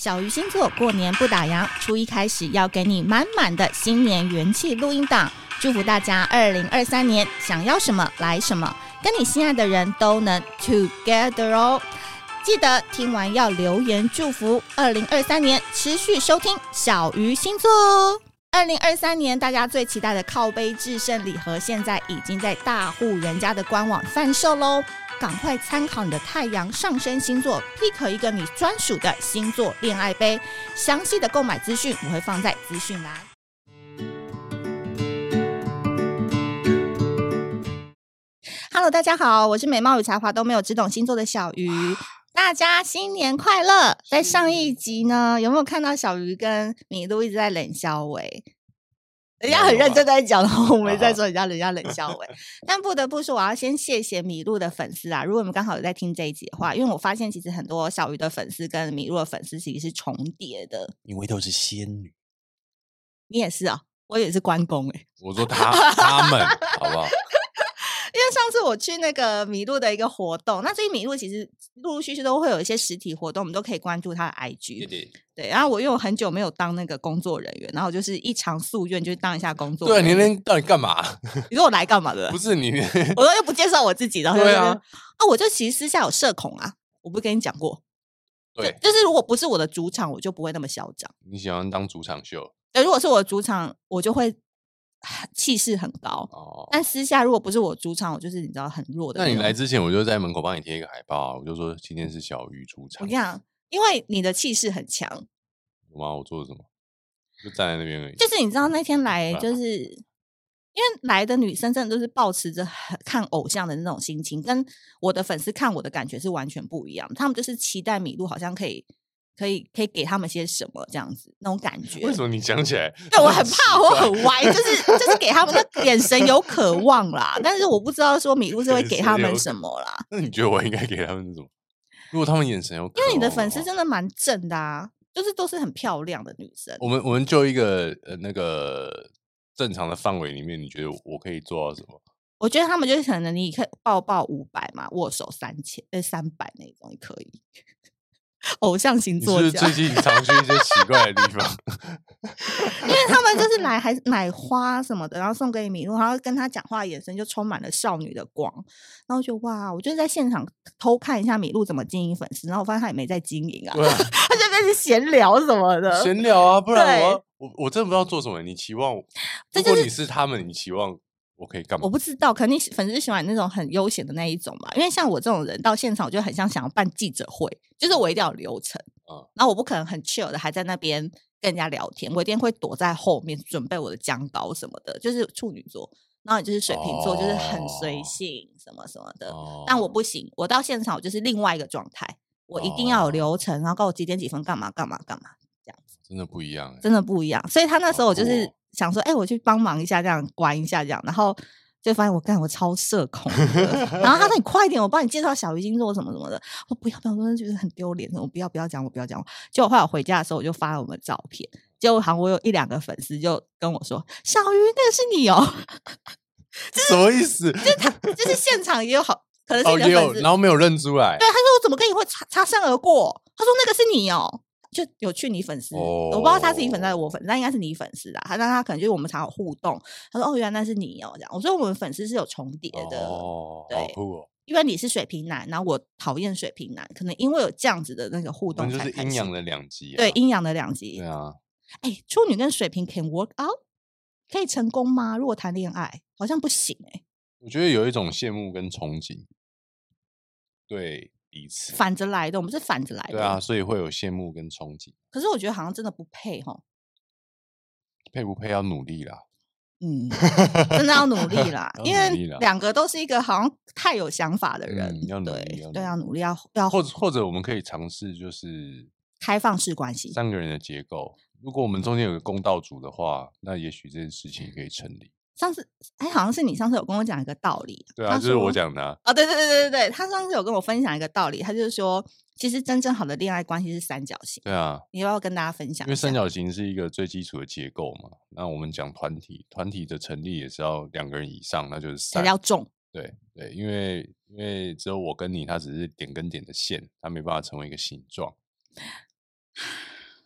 小鱼星座过年不打烊，初一开始要给你满满的新年元气录音档，祝福大家2023年想要什么来什么，跟你心爱的人都能 together 哦。记得听完要留言祝福2023年持续收听小鱼星座哦。2023年大家最期待的靠杯制胜礼盒现在已经在大户人家的官网贩售咯，赶快参考你的太阳上升星座 pick 一个你专属的星座恋爱杯，详细的购买资讯我会放在资讯栏。Hello， 大家好，我是美貌与才华都没有，只懂星座的小鱼。大家新年快乐！在上一集呢，有没有看到小鱼跟米露一直在冷笑微？人家很认真在讲，然后我们在说人家冷笑微。但不得不说，我要先谢谢米露的粉丝啊！如果你们刚好有在听这一集的话，因为我发现其实很多小鱼的粉丝跟米露的粉丝其实是重叠的， 因为都是仙女。 你也是啊，我也是关公欸。 我说他们好不好？ 因为上次我去那个米露的一个活动，那最近米露其实陆陆续续都会有一些实体活动，我们都可以关注他的 IG。对，然后我因为我很久没有当那个工作人员，然后就是一肠夙愿就是当一下工作人员。 对，你到底干嘛？ 你说我来干嘛的？ 不是你， 我说又不介绍我自己，然后对啊， 我就其实私下有社恐啊，我不是跟你讲过？ 对， 就是如果不是我的主场，我就不会那么嚣张。 你喜欢当主场秀？ 对，如果是我的主场，我就会气势很高，但私下如果不是我主场，我就是你知道很弱的。 那你来之前，我就在门口帮你贴一个海报，我就说今天是小鱼出场。 我跟你讲，因为你的气势很强。 有吗？我做了什么？就站在那边而已。 就是你知道那天来，就是因为来的女生真的都是抱持着看偶像的那种心情，跟我的粉丝看我的感觉是完全不一样。他们就是期待米露好像可以给他们些什么这样子那种感觉。 为什么你讲起来？ 对，我很怕我很歪，就是给他们的眼神有渴望啦，但是我不知道说米露是会给他们什么啦。 那你觉得我应该给他们什么？如果他们眼神有渴望， 因为你的粉丝真的蛮正的啊，就是都是很漂亮的女生。 我们就一个那个正常的范围里面，你觉得我可以做到什么？ 我觉得他们就是可能你可以抱500嘛，握手300那种也可以。偶像型作家， 你是不是最近常去一些奇怪的地方？ 因为他们就是来还买花什么的，然后送给米露，然后跟他讲话的眼神就充满了少女的光，然后就哇，我就在现场偷看一下米露怎么经营粉丝，然后我发现他也没在经营啊，他就开始闲聊什么的， 闲聊啊，不然我真的不知道做什么。你期望，如果你是他们，你期望我可以干嘛？ 我不知道，可能你粉丝喜欢那种很悠闲的那一种吧。因为像我这种人到现场，我就很想要办记者会，就是我一定要有流程，然后我不可能很 chill 的还在那边跟人家聊天，我一定会躲在后面准备我的姜膏什么的。就是处女座，然后你就是水瓶座，就是很随性什么什么的。但我不行，我到现场我就是另外一个状态，我一定要有流程，然后告诉我几点几分干嘛干嘛干嘛，这样子真的不一样， 真的不一样。所以他那时候我就是想说，我去帮忙一下，这样关一下这样，然后就发现我超社恐的。然后他说你快一点，我帮你介绍小鱼星座什么什么的。我不要，我真的觉得很丢脸，我不要讲，我不要讲。结果后来我回家的时候，我就发了我们的照片，结果好像我有1-2个粉丝就跟我说：“小鱼，那个是你哦。” 什么意思？ 就是现场也有好，可能是你的粉丝， 然后没有认出来。 对，他说我怎么跟你会擦身而过？他说那个是你哦。就有去你粉丝，我不知道他是你粉丝还是我粉丝，但应该是你粉丝啦。他可能就是我们常有互动，他说原来那是你哦，这样。我说我们粉丝是有重叠的，对， 好酷哦。 因为你是水瓶男，然后我讨厌水瓶男，可能因为有这样子的那个互动， 就是阴阳的两极。 对，阴阳的两极。 对啊， 处女跟水瓶 can work out， 可以成功吗？如果谈恋爱好像不行我觉得有一种羡慕跟憧憬，对。 反着来的，我们是反着来的。 对啊，所以会有羡慕跟憧憬。 可是我觉得好像真的不配齁。 配不配要努力啦。 真的要努力啦。因为两个都是一个好像太有想法的人， 要努力， 对，要努力，要或者我们可以尝试就是开放式关系 ，3个人的结构。如果我们中间有个公道主的话，那也许这件事情可以成立。 上次好像是你上次有跟我讲一个道理。 对啊，就是我讲的啊。 对，他上次有跟我分享一个道理，他就是说其实真正好的恋爱关系是三角形。 对啊， 你要不要跟大家分享一下？ 因为三角形是一个最基础的结构嘛。那我们讲团体的成立也是要2个人以上，那就是3， 要重。 对，因为只有我跟你，它只是点跟点的线，它没办法成为一个形状。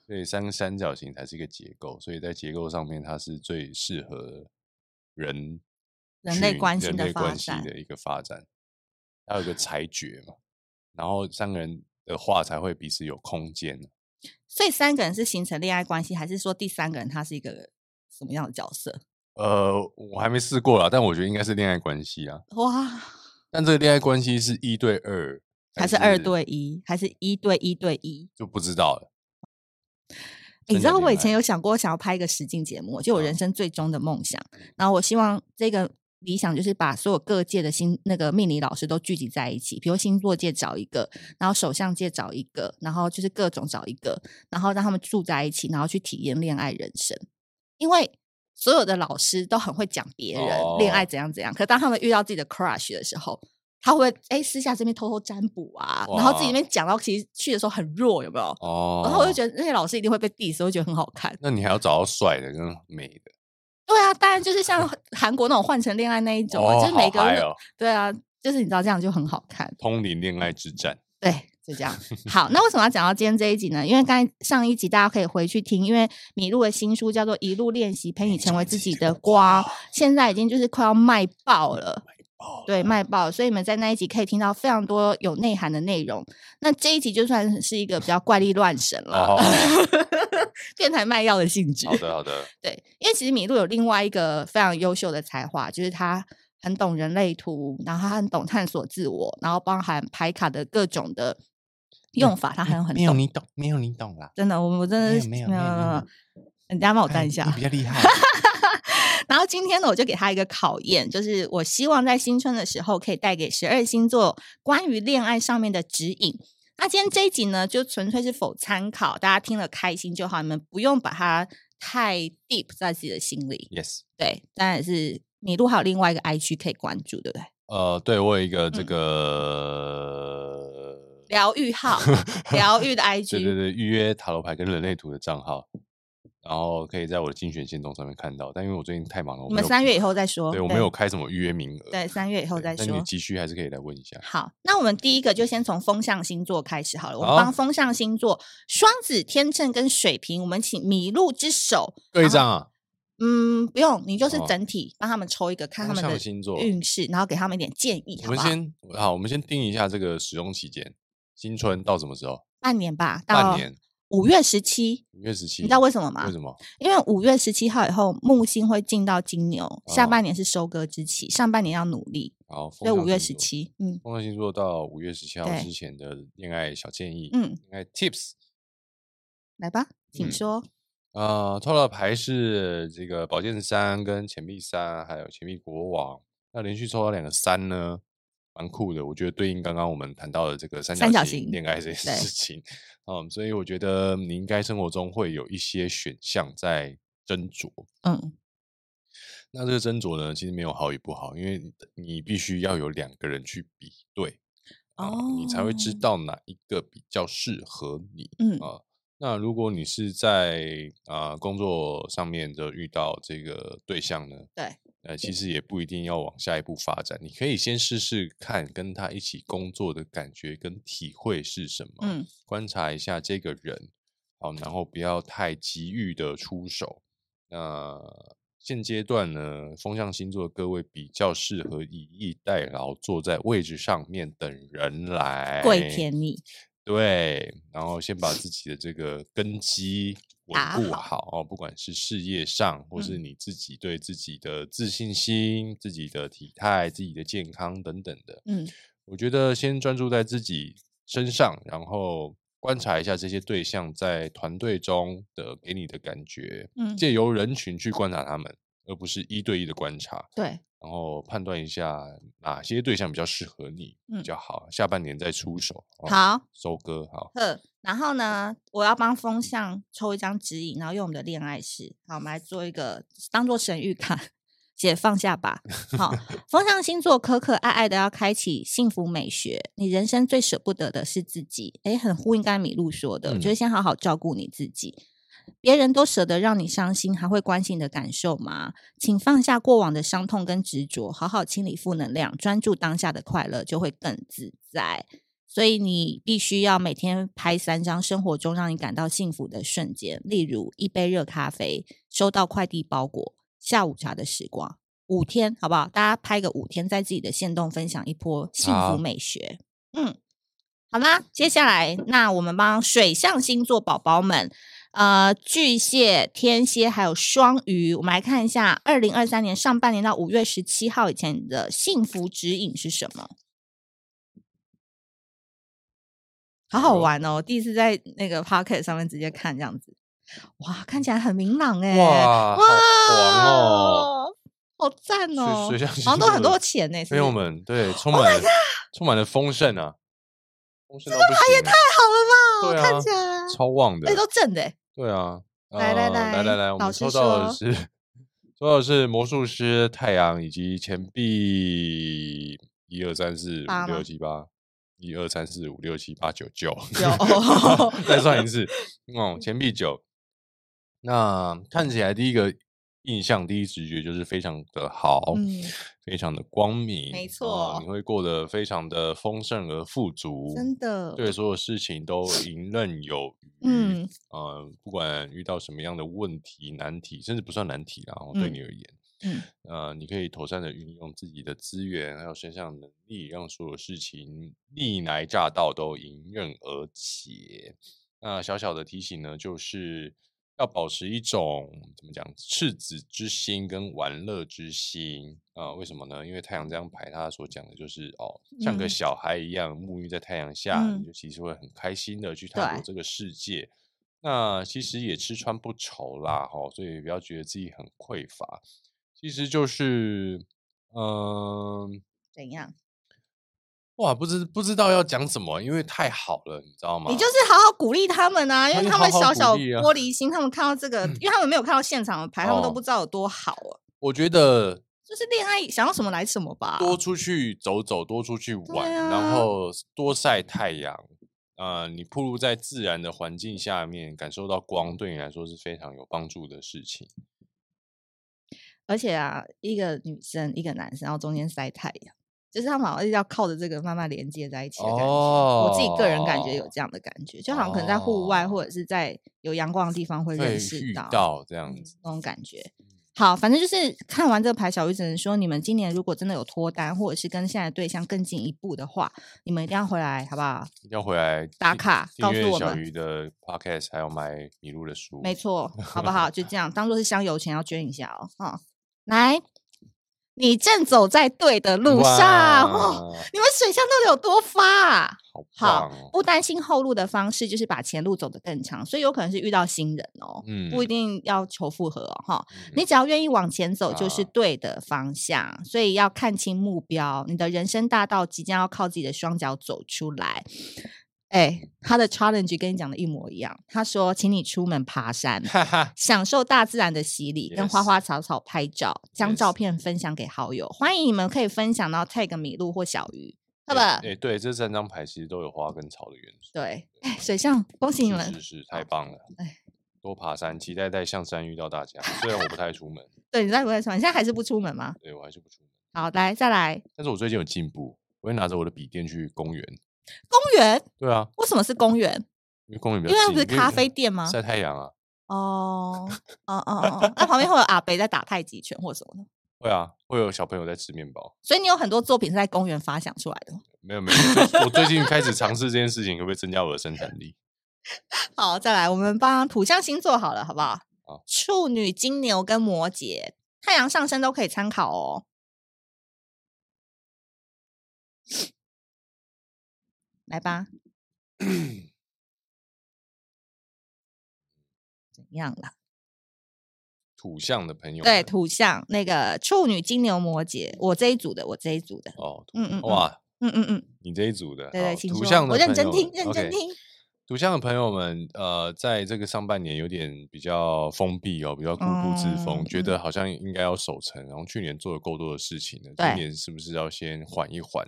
所以三角形才是一个结构，所以在结构上面它是最适合人类关系人类的发展关系的一个发展。还有一个裁决嘛，然后3个人的话才会彼此有空间。 所以3个人是形成恋爱关系，还是说第3个人他是一个什么样的角色？ 我还没试过啦，但我觉得应该是恋爱关系啊。 哇！ 但这个恋爱关系是1对2， 还是2对1，还是1对1对1？ 就不知道了。 你知道我以前有想过想要拍一个实境节目，就我人生最终的梦想。然后我希望这个理想就是把所有各界的那个命理老师都聚集在一起，比如星座界找一个，然后手相界找一个，然后就是各种找一个，然后让他们住在一起，然后去体验恋爱人生。因为所有的老师都很会讲别人恋爱怎样怎样，可当他们遇到自己的 crush 的时候，他会私下这边偷偷占卜啊，然后自己那边讲到其实去的时候很弱，有没有？然后我就觉得那些老师一定会被 diss， 我觉得很好看。 那你还要找到帅的跟美的？ 对啊，当然就是像韩国那种换成恋爱那一种就是每个人对啊，就是你知道这样就很好看。 通灵恋爱之战， 对，就这样。好，那为什么要讲到今天这一集呢？因为刚才上一集大家可以回去听，因为米露的新书叫做《一路练习陪你成为自己的光》，现在已经就是快要卖爆了。对，卖爆，所以你们在那一集可以听到非常多有内涵的内容。那这一集就算是一个比较怪力乱神了，电台卖药的性质。 好的，好的。 对，因为其实米露有另外一个非常优秀的才华，就是他很懂人类图，然后他很懂探索自我，然后包含牌卡的各种的用法，他很懂。 没有你懂，没有你懂啦。 真的，我真的是没有。 人家帮我带一下， 你比较厉害。 然后今天呢，我就给他一个考验，就是我希望在新春的时候可以带给12星座关于恋爱上面的指引。那今天这一集呢，就纯粹是否参考，大家听了开心就好，你们不用把它太 deep 在自己的心里。 Yes， 对，当然是米露还有另外一个 IG 可以关注，对不对？ 对，我有一个这个疗愈号，疗愈的 IG， 对对对，预约塔罗牌跟人类图的账号。然后可以在我的精选限动上面看到，但因为我最近太忙了， 我们3月以后再说。 对，我没有开什么预约名额。 对，3月以后再说。 但你急需还是可以来问一下。 好，那我们第一个就先从风象星座开始好了。我们帮风象星座双子、天秤跟水瓶，我们请米露之手各一张啊。 不用，你就是整体帮他们抽一个，看他们的星座运势， 然后给他们一点建议，好不好？我们先定一下这个使用期间，新春到什么时候？ 半年吧， 半年。 5月17， 你知道为什么吗？ 为什么？ 因为5月17号以后，木星会进到金牛，下半年是收割之期，上半年要努力。 好， 所以5月17， 风象星座到5月17号之前的恋爱小建议，恋爱 tips， 来吧，请说。 抽到的牌是这个宝剑3跟钱币3，还有钱币国王。那连续抽到2个3呢，蛮酷的，我觉得对应刚刚我们谈到的这个三角形恋爱这件事情。所以我觉得你应该生活中会有一些选项在斟酌。那这个斟酌呢，其实没有好与不好，因为你必须要有2个人去比对，你才会知道哪一个比较适合你。那如果你是在工作上面的遇到这个对象呢， 对。 其实也不一定要往下一步发展，你可以先试试看跟他一起工作的感觉跟体会是什么，观察一下这个人，然后不要太急于的出手。现阶段呢，风象星座的各位比较适合以逸待劳，坐在位置上面等人来跪舔你。 对，然后先把自己的这个根基稳固好不管是事业上，或是你自己对自己的自信心、自己的体态、自己的健康等等的。我觉得先专注在自己身上，然后观察一下这些对象在团队中的给你的感觉，借由人群去观察他们，而不是1对1的观察。 对。 然后判断一下哪些对象比较适合你比较好，下半年再出手。 好， 收割好。 然后呢，我要帮风象抽一张指引，然后用我们的恋爱式，好，我们来做一个当做神谕卡，写放下吧。好，风象星座可可爱爱的要开启幸福美学，你人生最舍不得的是自己。很呼应刚才米露说的，就是先好好照顾你自己。别人都舍得让你伤心，还会关心你的感受吗？请放下过往的伤痛跟执着，好好清理负能量，专注当下的快乐，就会更自在。 所以你必须要每天拍3张生活中让你感到幸福的瞬间，例如一杯热咖啡，收到快递包裹，下午茶的时光。5天好不好？大家拍个5天，在自己的限动分享一波幸福美学。好啦，接下来那我们帮水象星座宝宝们，巨蟹、天蝎还有双鱼，我们来看一下2023年上半年到5月17号以前的幸福指引是什么。好好玩哦！第一次在那个 Pocket 上面直接看这样子，哇，看起来很明朗哎， 哇，好黄哦， 好赞哦！ 水象星座好像都很多钱呢， 朋友们，对，充满了丰盛啊，丰盛到不行， 牌也太好了吧！ 对啊， 看起来超旺的， 都正的。 对啊， 来， 我们抽到的是魔术师、太阳以及钱币1、2、3、4、5、6、7、8。1、2、3、4、5、6、7、8、9、9，再算一次，钱币9。那看起来第一个印象、第一直觉就是非常的好，非常的光明， 没错， 你会过得非常的丰盛而富足， 真的， 对所有事情都游刃有余，不管遇到什么样的问题、难题，甚至不算难题啦，对你而言。你可以妥善的运用自己的资源还有身上的能力，让所有事情逆来乍到都迎刃而解。那小小的提醒呢，就是要保持一种怎么讲赤子之心跟玩乐之心为什么呢？因为太阳这张牌它所讲的就是像个小孩一样沐浴在太阳下，你就其实会很开心的去探索这个世界。那其实也吃穿不愁啦，所以不要觉得自己很匮乏。其实就是怎样？ 哇，不知道要讲什么，因为太好了，你知道吗？ 你就是好好鼓励他们啊，因为他们小小玻璃心，他们看到这个，因为他们没有看到现场的牌，他们都不知道有多好啊。 我觉得就是恋爱想要什么来什么吧， 多出去走走，多出去玩，然后多晒太阳。你暴露在自然的环境下面，感受到光，对你来说是非常有帮助的事情。 而且啊，一个女生一个男生，然后中间晒太阳，就是他们好像要靠着这个慢慢连接在一起的感觉。我自己个人感觉有这样的感觉，就好像可能在户外或者是在有阳光的地方会认识到这样子那种感觉。好，反正就是看完这个牌，小鱼只能说，你们今年如果真的有脱单，或者是跟现在的对象更进一步的话，你们一定要回来，好不好？ 一定要回来打卡，告诉我们。 小鱼的 podcast 还有买麋鹿的书， 没错，好不好？就这样，当做是香油钱要捐一下哦。来，你正走在对的路上你们水象到底有多发啊？好，不担心后路的方式就是把前路走得更长，所以有可能是遇到新人不一定要求复合你只要愿意往前走就是对的方向，所以要看清目标，你的人生大道即将要靠自己的双脚走出来。他的 challenge 跟你讲的一模一样，他说请你出门爬山享受大自然的洗礼跟花花草草拍照，将照片分享给好友，欢迎你们可以分享到 tag 麋鹿或小鱼，好吧？ 对，这3张牌其实都有花跟草的元素。 对，水象，恭喜你们， 是太棒了！多爬山，期待在象山遇到大家。虽然我不太出门， 对，你不太出门，你现在还是不出门吗？ 对，我还是不出门。 好，来再来。 但是我最近有进步，我会拿着我的笔电去公园。 公园？ 对啊。 为什么是公园？ 因为公园比较近。 因为不是咖啡店吗？ 晒太阳啊。 那旁边会有阿伯在打太极拳或什么的。 会啊，会有小朋友在吃面包。 所以你有很多作品是在公园发想出来的吗？ 没有，我最近开始尝试这件事情，可不可以增加我的生产力？ 好，再来，我们帮土象星座好了，好不好？ 好， 处女、金牛跟摩羯，太阳上升都可以参考哦。来吧。怎样了？ 土象的朋友， 对，土象那个处女、金牛、摩羯，我这一组的。 哦， 哇， 你这一组的， 对， 土象的， 我认真听，认真听。 土象的朋友们，在这个上半年有点比较封闭比较固步自封，觉得好像应该要守成，然后去年做了够多的事情了，今年是不是要先缓一缓？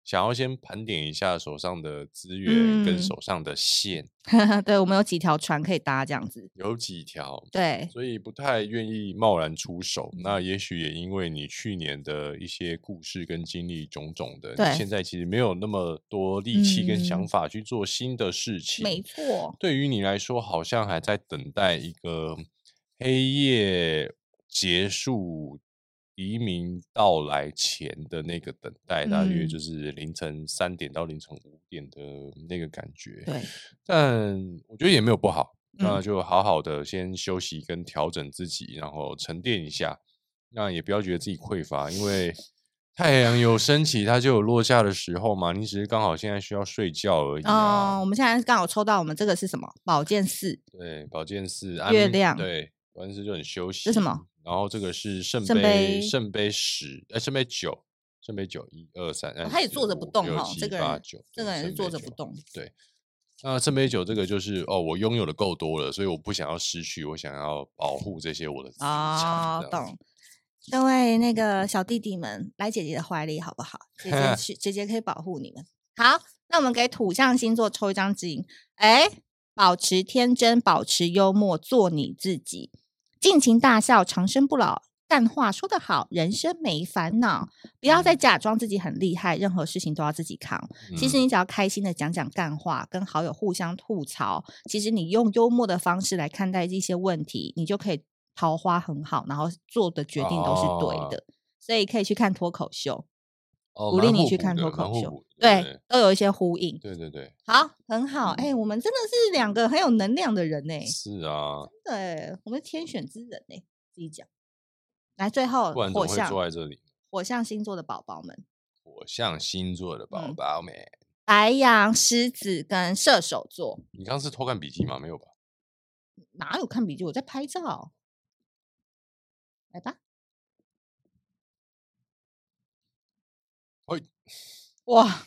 想要先盘点一下手上的资源跟手上的线。 对，我们有几条船可以搭这样子。 有几条， 对， 所以不太愿意贸然出手。那也许也因为你去年的一些故事跟经历种种的，你现在其实没有那么多力气跟想法去做新的事情。 没错， 对于你来说，好像还在等待一个黑夜结束、黎明到来前的那个等待，大约就是凌晨3点到凌晨5点的那个感觉。 对， 但我觉得也没有不好。那就好好的先休息跟调整自己，然后沉淀一下。那也不要觉得自己匮乏，因为太阳有升起，它就有落下的时候嘛。你只是刚好现在需要睡觉而已我们现在刚好抽到我们这个是什么？宝剑4。 对，宝剑4， 月亮。 对，宝剑4就很休息。 这什么？ 然后这个是圣杯10，圣杯9，圣杯9，1、2、3， 他也坐着不动哈。 这个人， 这个人是坐着不动。 对。那圣杯9这个就是我拥有的够多了，所以我不想要失去，我想要保护这些我的资产。 懂。各位那个小弟弟们，来姐姐的怀里好不好？姐姐可以保护你们。好，那我们给土象星座抽一张指引。保持天真，保持幽默，做你自己，尽情大笑，长生不老。干话说得好，人生没烦恼，不要再假装自己很厉害，任何事情都要自己扛。其实你只要开心的讲讲干话，跟好友互相吐槽，其实你用幽默的方式来看待一些问题，你就可以桃花很好，然后做的决定都是对的。所以可以去看脱口秀，鼓励你去看脱口秀，对，都有一些呼应。 对对对， 好，很好。我们真的是2个很有能量的人呢。 是啊， 对，我们是天选之人呢，自己讲。来，最后火象坐在这里， 火象星座的宝宝们，白羊、狮子跟射手座。 你刚刚是偷看笔记吗？没有吧？ 哪有看笔记？我在拍照。来吧。哇！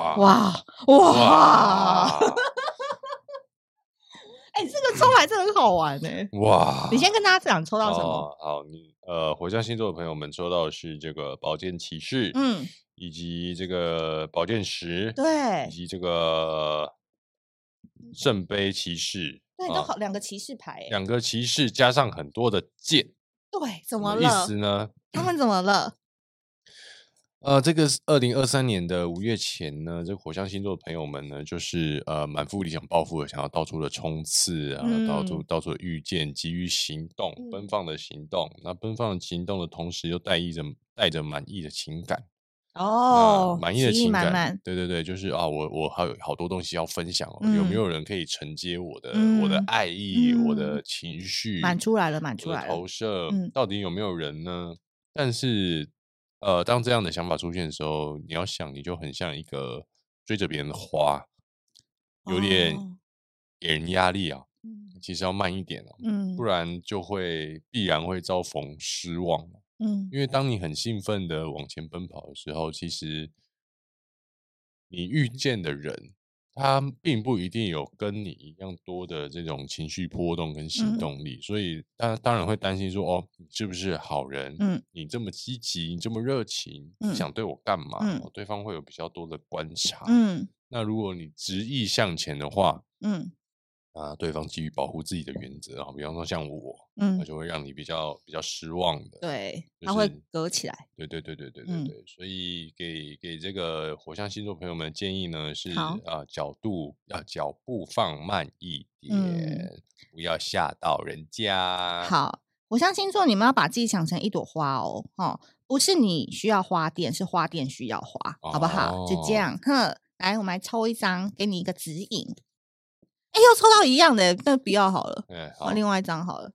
这个抽牌真的很好玩欸。哇！你先跟大家讲抽到什么？ 好，你火象星座的朋友们抽到的是这个宝剑骑士，以及这个宝剑10， 对， 以及这个圣杯骑士， 对，都好2个骑士牌 ，2个骑士加上很多的剑， 对，怎么了？ 意思呢？ 他们怎么了？ 这个是2023年的5月前呢，这个火象星座的朋友们呢，就是满腹理想抱负的，想要到处的冲刺啊，到处的遇见，急于行动，奔放的行动。那奔放的行动的同时，又带着满意的情感。满意的情感，对对对，就是我还有好多东西要分享哦。有没有人可以承接我的爱意，我的情绪， 满出来了， 投射，到底有没有人呢？但是当这样的想法出现的时候，你要想，你就很像一个追着别人的花，有点给人压力啊。其实要慢一点哦，不然就必然会遭逢失望。因为当你很兴奋的往前奔跑的时候，其实你遇见的人，他并不一定有跟你一样多的这种情绪波动跟行动力，所以当然会担心说，你是不是好人？你这么积极，你这么热情，你想对我干嘛？对方会有比较多的观察。那如果你执意向前的话，对方基于保护自己的原则啊，比方说像我，那就会让你比较失望的， 对，他会隔起来， 对，所以给这个火象星座朋友们建议呢是脚步放慢一点，不要吓到人家。 好，火象星座你们要把自己想成一朵花哦，不是你需要花店，是花店需要花，好不好？就这样，来，我们来抽一张，给你一个指引。又抽到一样的，那不要好了，另外一张好了。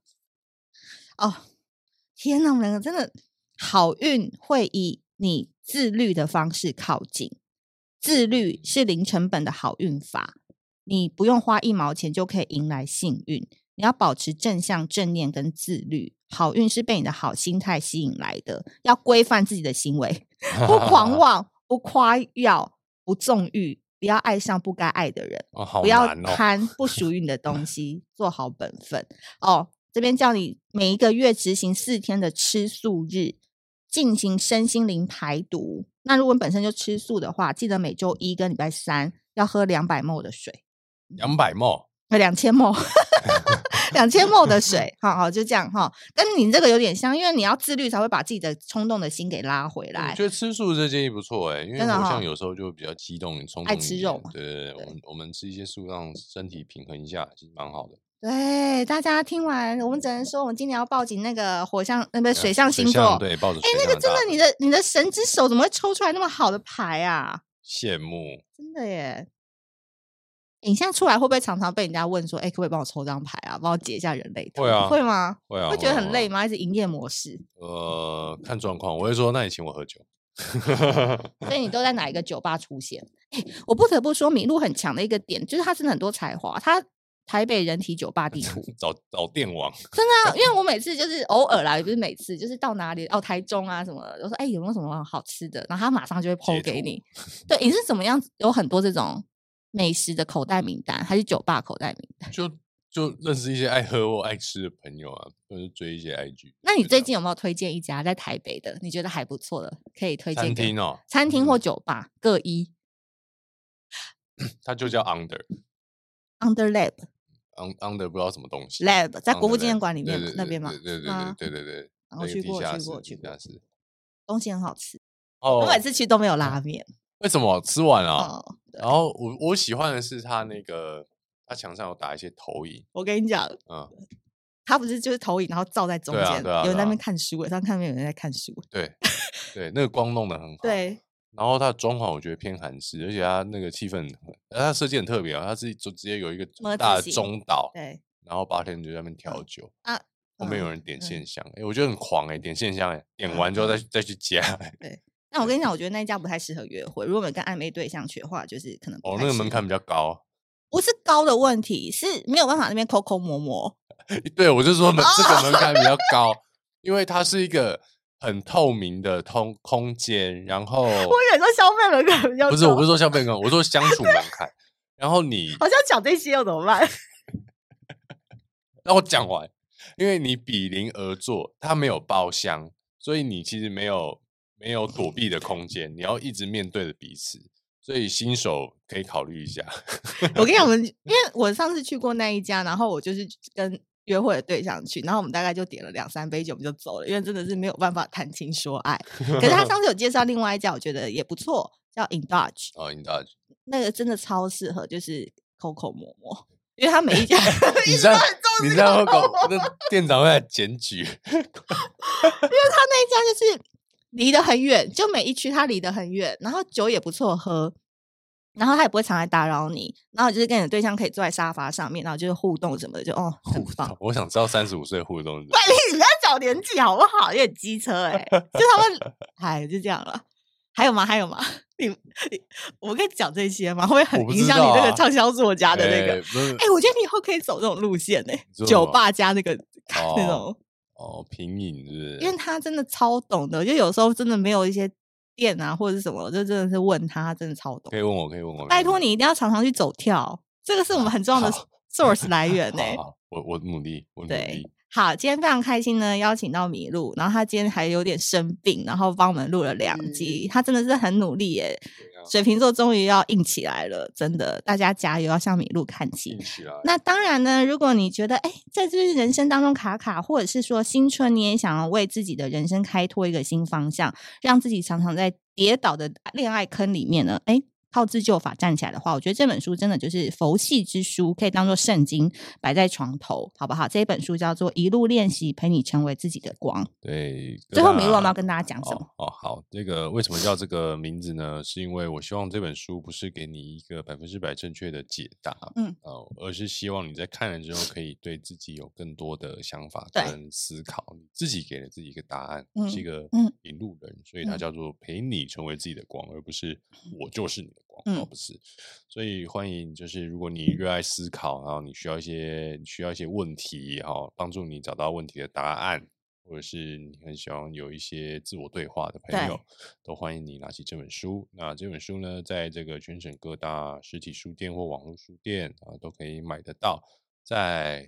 天哪，我们2个真的好运会以你自律的方式靠近，自律是零成本的好运法，你不用花1毛钱就可以迎来幸运。你要保持正向、正念跟自律，好运是被你的好心态吸引来的。要规范自己的行为，不狂妄，不夸耀，不纵欲。不要爱上不该爱的人，不要贪不属于你的东西，做好本分。这边叫你每一个月执行4天的吃素日， 进行身心灵排毒。那如果你本身就吃素的话，记得每周一跟礼拜三要喝200ml的水。 200ml 2000ml 2000ml 的水，好，就这样哈，跟你这个有点像，因为你要自律才会把自己的冲动的心给拉回来。 我觉得吃素这建议不错因为我像有时候就比较激动，冲动爱吃肉嘛。 对，我们吃一些素，让身体平衡一下，其实蛮好的。 对，大家听完，我们只能说，我们今年要抱紧那个火象，水象星座， 对，抱着水象那个真的，你的神之手怎么会抽出来那么好的牌啊？ 羡慕， 真的耶！你现在出来会不会常常被人家问说，可不可以帮我抽张牌啊，帮我解一下人类图？ 会啊， 会吗？ 会啊， 会觉得很累吗？还是营业模式？ 看状况，我会说，那你请我喝酒。 所以你都在哪一个酒吧出现？我不得不说，麋鹿很强的一个点，就是他真的很多才华。他台北人体酒吧地图找电网， 真的因为我每次就是偶尔啦，也不是每次，就是到哪里台中啊什么的，我说有没有什么好吃的，然后他马上就会 po 给你。对，你是怎么样有很多这种美食的口袋名单，还是酒吧口袋名单？ 就认识一些爱喝或爱吃的朋友啊，或者追一些 IG。 那你最近有没有推荐一家在台北的，你觉得还不错的，可以推荐餐厅哦？ 餐厅或酒吧各一。 它就叫 Under Lab。Under 不知道什么东西 Lab 在国父纪念馆里面那边吗？ 对， 然后去过，东西很好吃。 我每次去都没有拉面， 为什么？吃完了。然后我喜欢的是他那个，他墙上有打一些投影。 我跟你讲，他不是就是投影，然后照在中间，有人在那边看书，上看面有人在看书。 对，那个光弄得很好。 对。 然后它的装潢我觉得偏韩式，而且它那个气氛，它设计很特别它是就直接有一个大的中岛， 对， 然后8天就在那边调酒后面有人点线香，我觉得很狂点线香点完之后再去加对。那我跟你讲，我觉得那一家不太适合约会，如果我们跟暧昧对象去的话，就是可能不太适合。 那个门槛比较高， 不是高的问题，是没有办法那边抠抠摸摸。 对，我就说这个门槛比较高，因为它是一个很透明的空间，然后我以为说消费门槛比较高， 不是，我不是说消费门槛，我说相处门槛。然后你好像讲这些又怎么办？ 让我讲完，因为你比邻而坐，它没有包厢，所以你其实没有躲避的空间，你要一直面对着彼此，所以新手可以考虑一下。 我跟你讲，因为我上次去过那一家，然后我就是跟约会的对象去，然后我们大概就点了2-3杯酒，我们就走了，因为真的是没有办法谈情说爱。可是他上次有介绍另外一家，我觉得也不错，叫 Indulge。 Indulge 那个真的超适合，就是抠抠摸摸，因为他每一家你这样会搞，那店长会来检举，因为他那一家就是离得很远，就每一区他离得很远，然后酒也不错喝。然后他也不会常来打扰你，然后就是跟你的对象可以坐在沙发上面，然后就是互动什么的，就很棒。 我想知道35岁互动是。 你不要讲年纪好不好？有点机车就他们，就这样了。还有吗？我们可以讲这些吗？会不会很影响你那个畅销作家的那个？我觉得你以后可以走这种路线酒吧加那个那种品饮是不是？ 因为他真的超懂的，就有时候真的没有一些店啊或者是什么，就真的是问他真的超懂。 可以问我， 拜托你一定要常常去走跳，这个是我们很重要的 source 来源我努力。 对，好，今天非常开心呢，邀请到麋鹿，然后他今天还有点生病，然后帮我们录了2集，他真的是很努力耶。水瓶座终于要硬起来了，真的，大家加油，要向麋鹿看齐。那当然呢，如果你觉得在这人生当中卡，或者是说新春你也想要为自己的人生开拓一个新方向，让自己常常在跌倒的恋爱坑里面呢，靠自救法站起来的话，我觉得这本书真的就是佛系之书，可以当做圣经摆在床头，好不好？这一本书叫做《一路练习，陪你成为自己的光》。 对， 最后麋鹿要跟大家讲什么？ 好，这个为什么叫这个名字呢？是因为我希望这本书不是给你一个100%正确的解答，而是希望你在看了之后可以对自己有更多的想法跟思考，你自己给了自己一个答案，是一个引路人，所以它叫做陪你成为自己的光，而不是我就是你的光。不是，所以欢迎，就是如果你热爱思考，然后你需要一些问题，帮助你找到问题的答案，或者是你很喜欢有一些自我对话的朋友，都欢迎你拿起这本书。那这本书呢，在这个全省各大实体书店或网络书店都可以买得到。在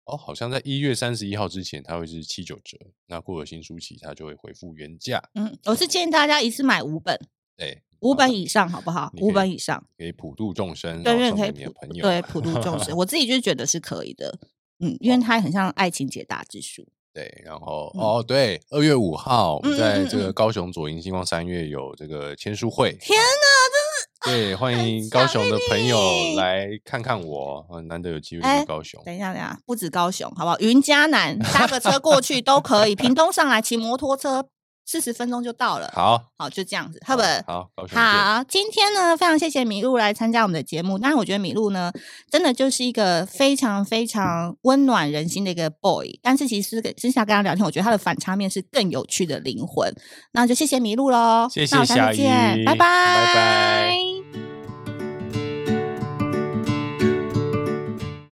好像在1月31号之前它会是79折，那过了新书期它就会恢复原价。 我是建议大家一次买5本， 对 ，5本以上好不好？5本以上可以普度众生， 对， 然后送给你的朋友， 对，普度众生。我自己就觉得是可以的，因为它很像爱情解答之书。 对，然后对，2月5号我们在这个高雄左营星光3月有这个签书会。 天哪， 对，欢迎高雄的朋友来看看我，难得有机会去高雄。 等一下，不止高雄，好不好？云嘉南搭个车过去都可以，屏东上来骑摩托车40分钟就到了。好，就这样子，好不好， 好，今天呢，非常谢谢米露来参加我们的节目。当然，我觉得米露呢，真的就是一个非常非常温暖人心的一个 boy。但是其实私下跟他聊天，我觉得他的反差面是更有趣的灵魂。那就谢谢米露咯， 谢谢小姨， 拜拜， 拜拜。